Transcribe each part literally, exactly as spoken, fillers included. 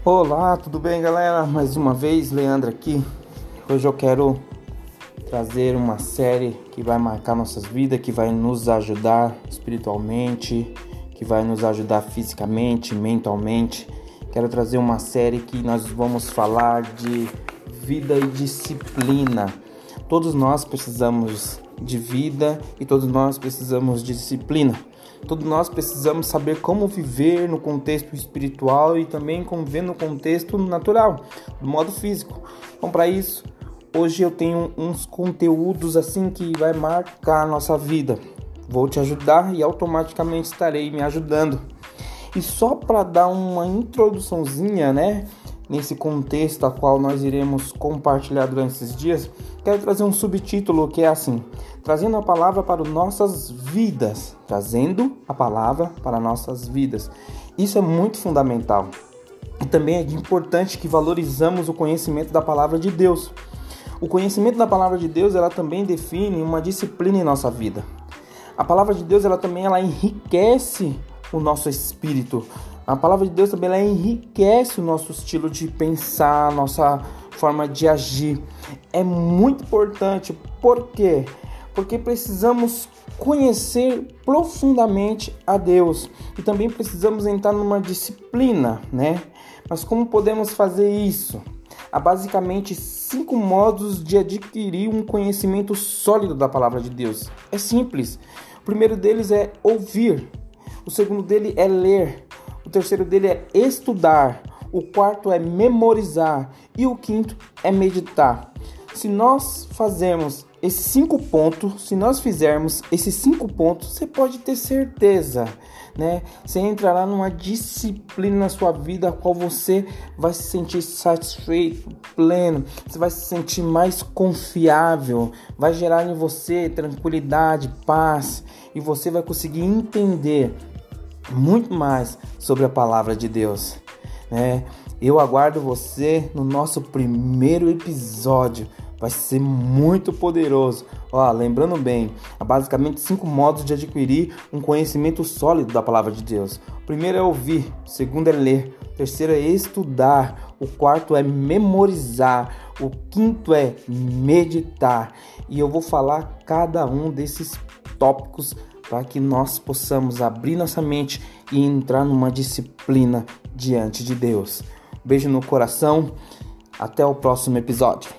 Olá, tudo bem, galera? Mais uma vez, Leandro aqui. Hoje eu quero trazer uma série que vai marcar nossas vidas, que vai nos ajudar espiritualmente, que vai nos ajudar fisicamente, mentalmente. Quero trazer uma série que nós vamos falar de vida e disciplina. Todos nós precisamos de vida e todos nós precisamos de disciplina. Todos nós precisamos saber como viver no contexto espiritual e também como viver no contexto natural, do modo físico. Então, para isso, hoje eu tenho uns conteúdos assim que vai marcar a nossa vida. Vou te ajudar e automaticamente estarei me ajudando. E só para dar uma introduçãozinha, né, nesse contexto a qual nós iremos compartilhar durante esses dias, quero trazer um subtítulo que é assim: trazendo a palavra para nossas vidas. Trazendo a palavra para nossas vidas. Isso é muito fundamental. E também é importante que valorizamos o conhecimento da palavra de Deus. O conhecimento da palavra de Deus, ela também define uma disciplina em nossa vida. A palavra de Deus, ela também ela enriquece o nosso espírito. A palavra de Deus também ela enriquece o nosso estilo de pensar, nossa forma de agir. É muito importante. Por quê? Porque precisamos conhecer profundamente a Deus e também precisamos entrar numa disciplina, né? Mas como podemos fazer isso? Há basicamente cinco modos de adquirir um conhecimento sólido da palavra de Deus. É simples. O primeiro deles é ouvir. O segundo dele é ler. O terceiro dele é estudar. O quarto é memorizar. E o quinto é meditar. Se nós fazermos esses cinco pontos, se nós fizermos esses cinco pontos, você pode ter certeza, né? Você entrará numa disciplina na sua vida, a qual você vai se sentir satisfeito, pleno, você vai se sentir mais confiável, vai gerar em você tranquilidade, paz, e você vai conseguir entender muito mais sobre a palavra de Deus, né? Eu aguardo você no nosso primeiro episódio. Vai ser muito poderoso. Ó, lembrando bem, há basicamente cinco modos de adquirir um conhecimento sólido da palavra de Deus. O primeiro é ouvir, o segundo é ler, o terceiro é estudar, o quarto é memorizar, o quinto é meditar. E eu vou falar cada um desses tópicos para que nós possamos abrir nossa mente e entrar numa disciplina diante de Deus. Beijo no coração, até o próximo episódio.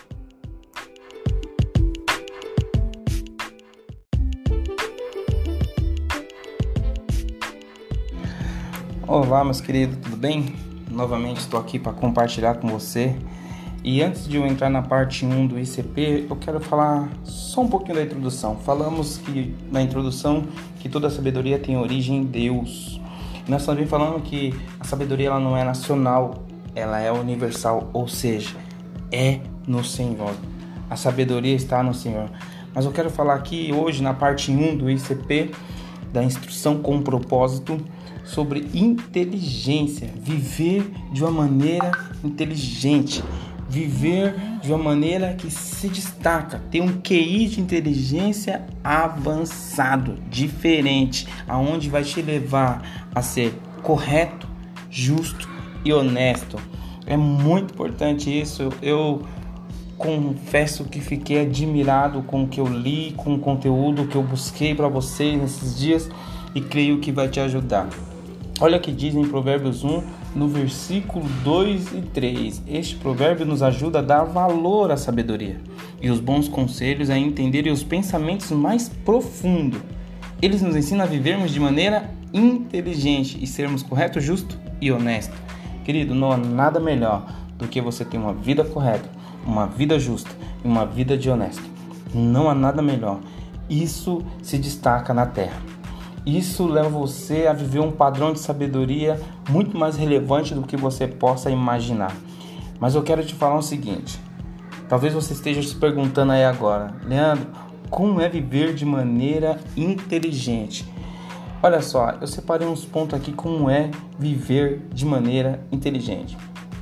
Olá, meus queridos, tudo bem? Novamente estou aqui para compartilhar com você. E antes de eu entrar na parte um do I C P, eu quero falar só um pouquinho da introdução. Falamos que na introdução que toda sabedoria tem origem em Deus. E nós também falamos que a sabedoria ela não é nacional, ela é universal, ou seja, é no Senhor. A sabedoria está no Senhor. Mas eu quero falar aqui hoje na parte um do I C P, da instrução com propósito, sobre inteligência, viver de uma maneira inteligente, viver de uma maneira que se destaca, ter um Q I de inteligência avançado, diferente, aonde vai te levar a ser correto, justo e honesto. É muito importante isso. Eu confesso que fiquei admirado com o que eu li, com o conteúdo que eu busquei para vocês nesses dias e creio que vai te ajudar. Olha o que diz em Provérbios um, no versículo dois e três. Este provérbio nos ajuda a dar valor à sabedoria e os bons conselhos, a entender os pensamentos mais profundos. Eles nos ensinam a vivermos de maneira inteligente e sermos corretos, justo e honesto. Querido, não há nada melhor do que você ter uma vida correta, uma vida justa e uma vida de honesto. Não há nada melhor. Isso se destaca na terra. Isso leva você a viver um padrão de sabedoria muito mais relevante do que você possa imaginar. Mas eu quero te falar o seguinte. Talvez você esteja se perguntando aí agora: Leandro, como é viver de maneira inteligente? Olha só, eu separei uns pontos aqui como é viver de maneira inteligente.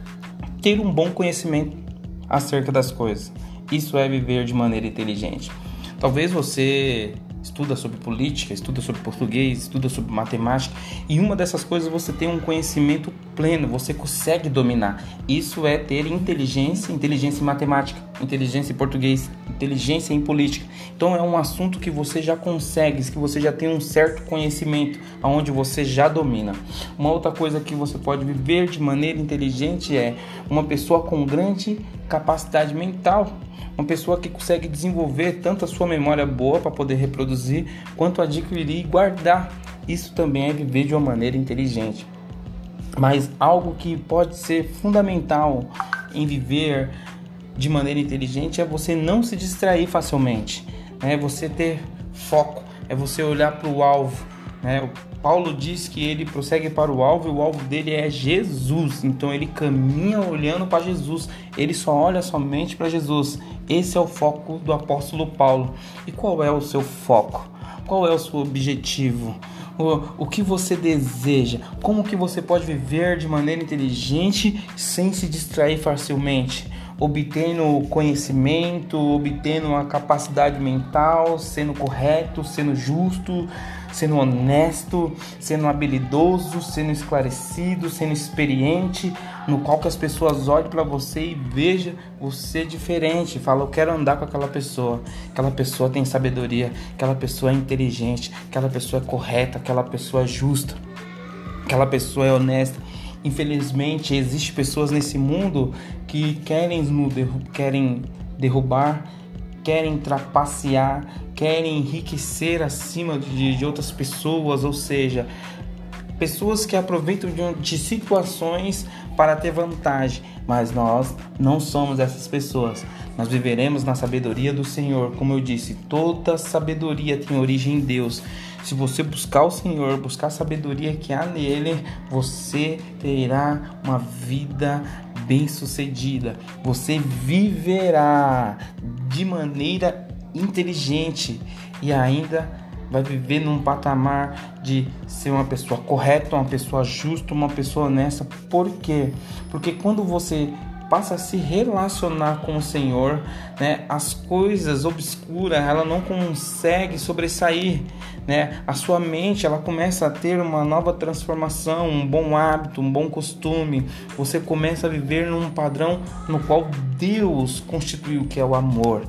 Ter um bom conhecimento acerca das coisas. Isso é viver de maneira inteligente. Talvez você estuda sobre política, estuda sobre português, estuda sobre matemática, e uma dessas coisas você tem um conhecimento pleno, você consegue dominar. Isso é ter inteligência, inteligência em matemática, inteligência em português, inteligência em política. Então é um assunto que você já consegue, que você já tem um certo conhecimento, onde você já domina. Uma outra coisa que você pode viver de maneira inteligente é uma pessoa com grande capacidade mental. Uma pessoa que consegue desenvolver tanto a sua memória boa para poder reproduzir, quanto adquirir e guardar. Isso também é viver de uma maneira inteligente. Mas algo que pode ser fundamental em viver de maneira inteligente é você não se distrair facilmente. É você ter foco, é você olhar para o alvo. Né? O Paulo diz que ele prossegue para o alvo e o alvo dele é Jesus. Então ele caminha olhando para Jesus. Ele só olha somente para Jesus. Esse é o foco do apóstolo Paulo. E qual é o seu foco? Qual é o seu objetivo? O, o que você deseja? Como que você pode viver de maneira inteligente sem se distrair facilmente? Obtendo conhecimento, obtendo uma capacidade mental, sendo correto, sendo justo, sendo honesto, sendo habilidoso, sendo esclarecido, sendo experiente, no qual que as pessoas olhem para você e vejam você diferente. Fala, eu quero andar com aquela pessoa. Aquela pessoa tem sabedoria, aquela pessoa é inteligente, aquela pessoa é correta, aquela pessoa é justa, aquela pessoa é honesta. Infelizmente, existem pessoas nesse mundo que querem, no derru- querem derrubar, querem trapacear, querem enriquecer acima de, de outras pessoas, ou seja, pessoas que aproveitam de, de situações para ter vantagem, mas nós não somos essas pessoas. Nós viveremos na sabedoria do Senhor. Como eu disse, toda sabedoria tem origem em Deus. Se você buscar o Senhor, buscar a sabedoria que há nele, você terá uma vida bem-sucedida. Você viverá de maneira inteligente e ainda vai viver num patamar de ser uma pessoa correta, uma pessoa justa, uma pessoa honesta. Por quê? Porque quando você passa a se relacionar com o Senhor, né, as coisas obscuras, ela não consegue sobressair, né? A sua mente, ela começa a ter uma nova transformação, um bom hábito, um bom costume. Você começa a viver num padrão no qual Deus constituiu, que é o amor.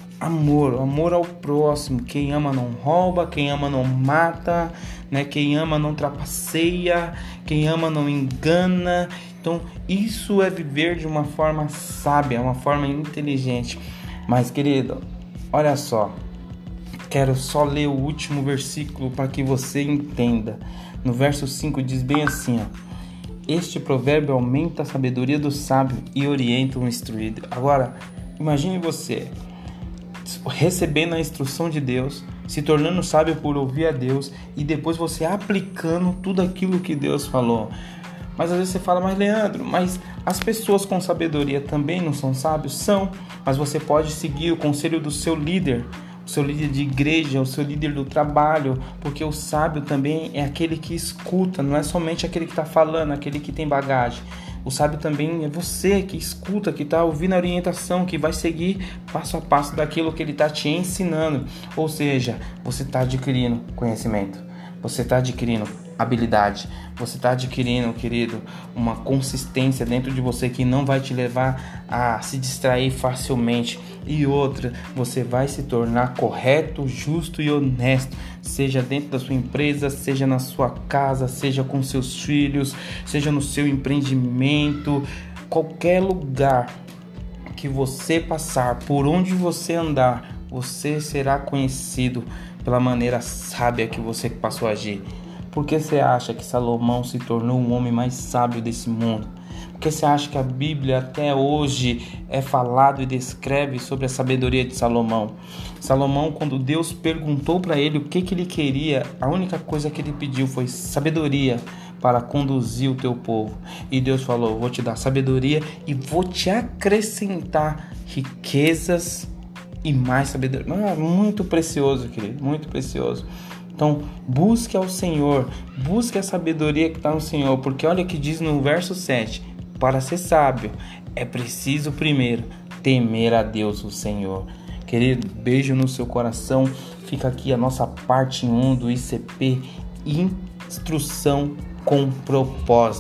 Amor, amor ao próximo. Quem ama não rouba, quem ama não mata, né? Quem ama não trapaceia, quem ama não engana. Então, isso é viver de uma forma sábia, uma forma inteligente. Mas, querido, olha só. Quero só ler o último versículo para que você entenda. No verso cinco diz bem assim, ó: este provérbio aumenta a sabedoria do sábio e orienta o instruído. Agora, imagine você recebendo a instrução de Deus, se tornando sábio por ouvir a Deus e depois você aplicando tudo aquilo que Deus falou. Mas às vezes você fala, mas Leandro, mas as pessoas com sabedoria também não são sábios? São, mas você pode seguir o conselho do seu líder, o seu líder de igreja, o seu líder do trabalho, porque o sábio também é aquele que escuta, não é somente aquele que está falando, aquele que tem bagagem. O sábio também é você que escuta, que está ouvindo a orientação, que vai seguir passo a passo daquilo que ele está te ensinando. Ou seja, você está adquirindo conhecimento, você está adquirindo habilidade, você está adquirindo, querido, uma consistência dentro de você que não vai te levar a se distrair facilmente. E outra, você vai se tornar correto, justo e honesto, seja dentro da sua empresa, seja na sua casa, seja com seus filhos, seja no seu empreendimento, qualquer lugar que você passar, por onde você andar, você será conhecido pela maneira sábia que você passou a agir. Por que você acha que Salomão se tornou o homem mais sábio desse mundo? Por que você acha que a Bíblia até hoje é falado e descreve sobre a sabedoria de Salomão? Salomão, quando Deus perguntou para ele o que, que ele queria, a única coisa que ele pediu foi sabedoria para conduzir o teu povo. E Deus falou, vou te dar sabedoria e vou te acrescentar riquezas e mais sabedoria. Ah, muito precioso, querido, muito precioso. Então, busque ao Senhor, busque a sabedoria que está no Senhor, porque olha o que diz no verso sete, para ser sábio, é preciso primeiro temer a Deus, o Senhor. Querido, beijo no seu coração, fica aqui a nossa parte um do I C P, instrução com propósito.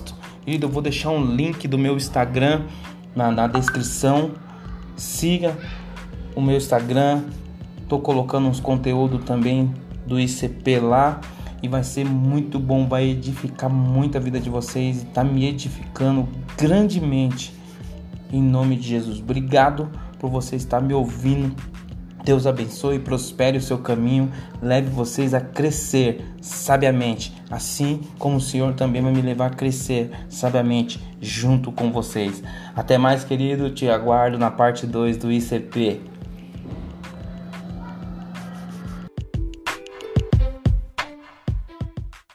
Querido, eu vou deixar um link do meu Instagram na, na descrição. Siga o meu Instagram. Tô colocando uns conteúdos também do I C P lá. E vai ser muito bom, vai edificar muito a vida de vocês. E tá me edificando grandemente. Em nome de Jesus. Obrigado por você estar me ouvindo. Deus abençoe e prospere o seu caminho. Leve vocês a crescer sabiamente. Assim como o Senhor também vai me levar a crescer sabiamente junto com vocês. Até mais, querido. Te aguardo na parte dois do I C P.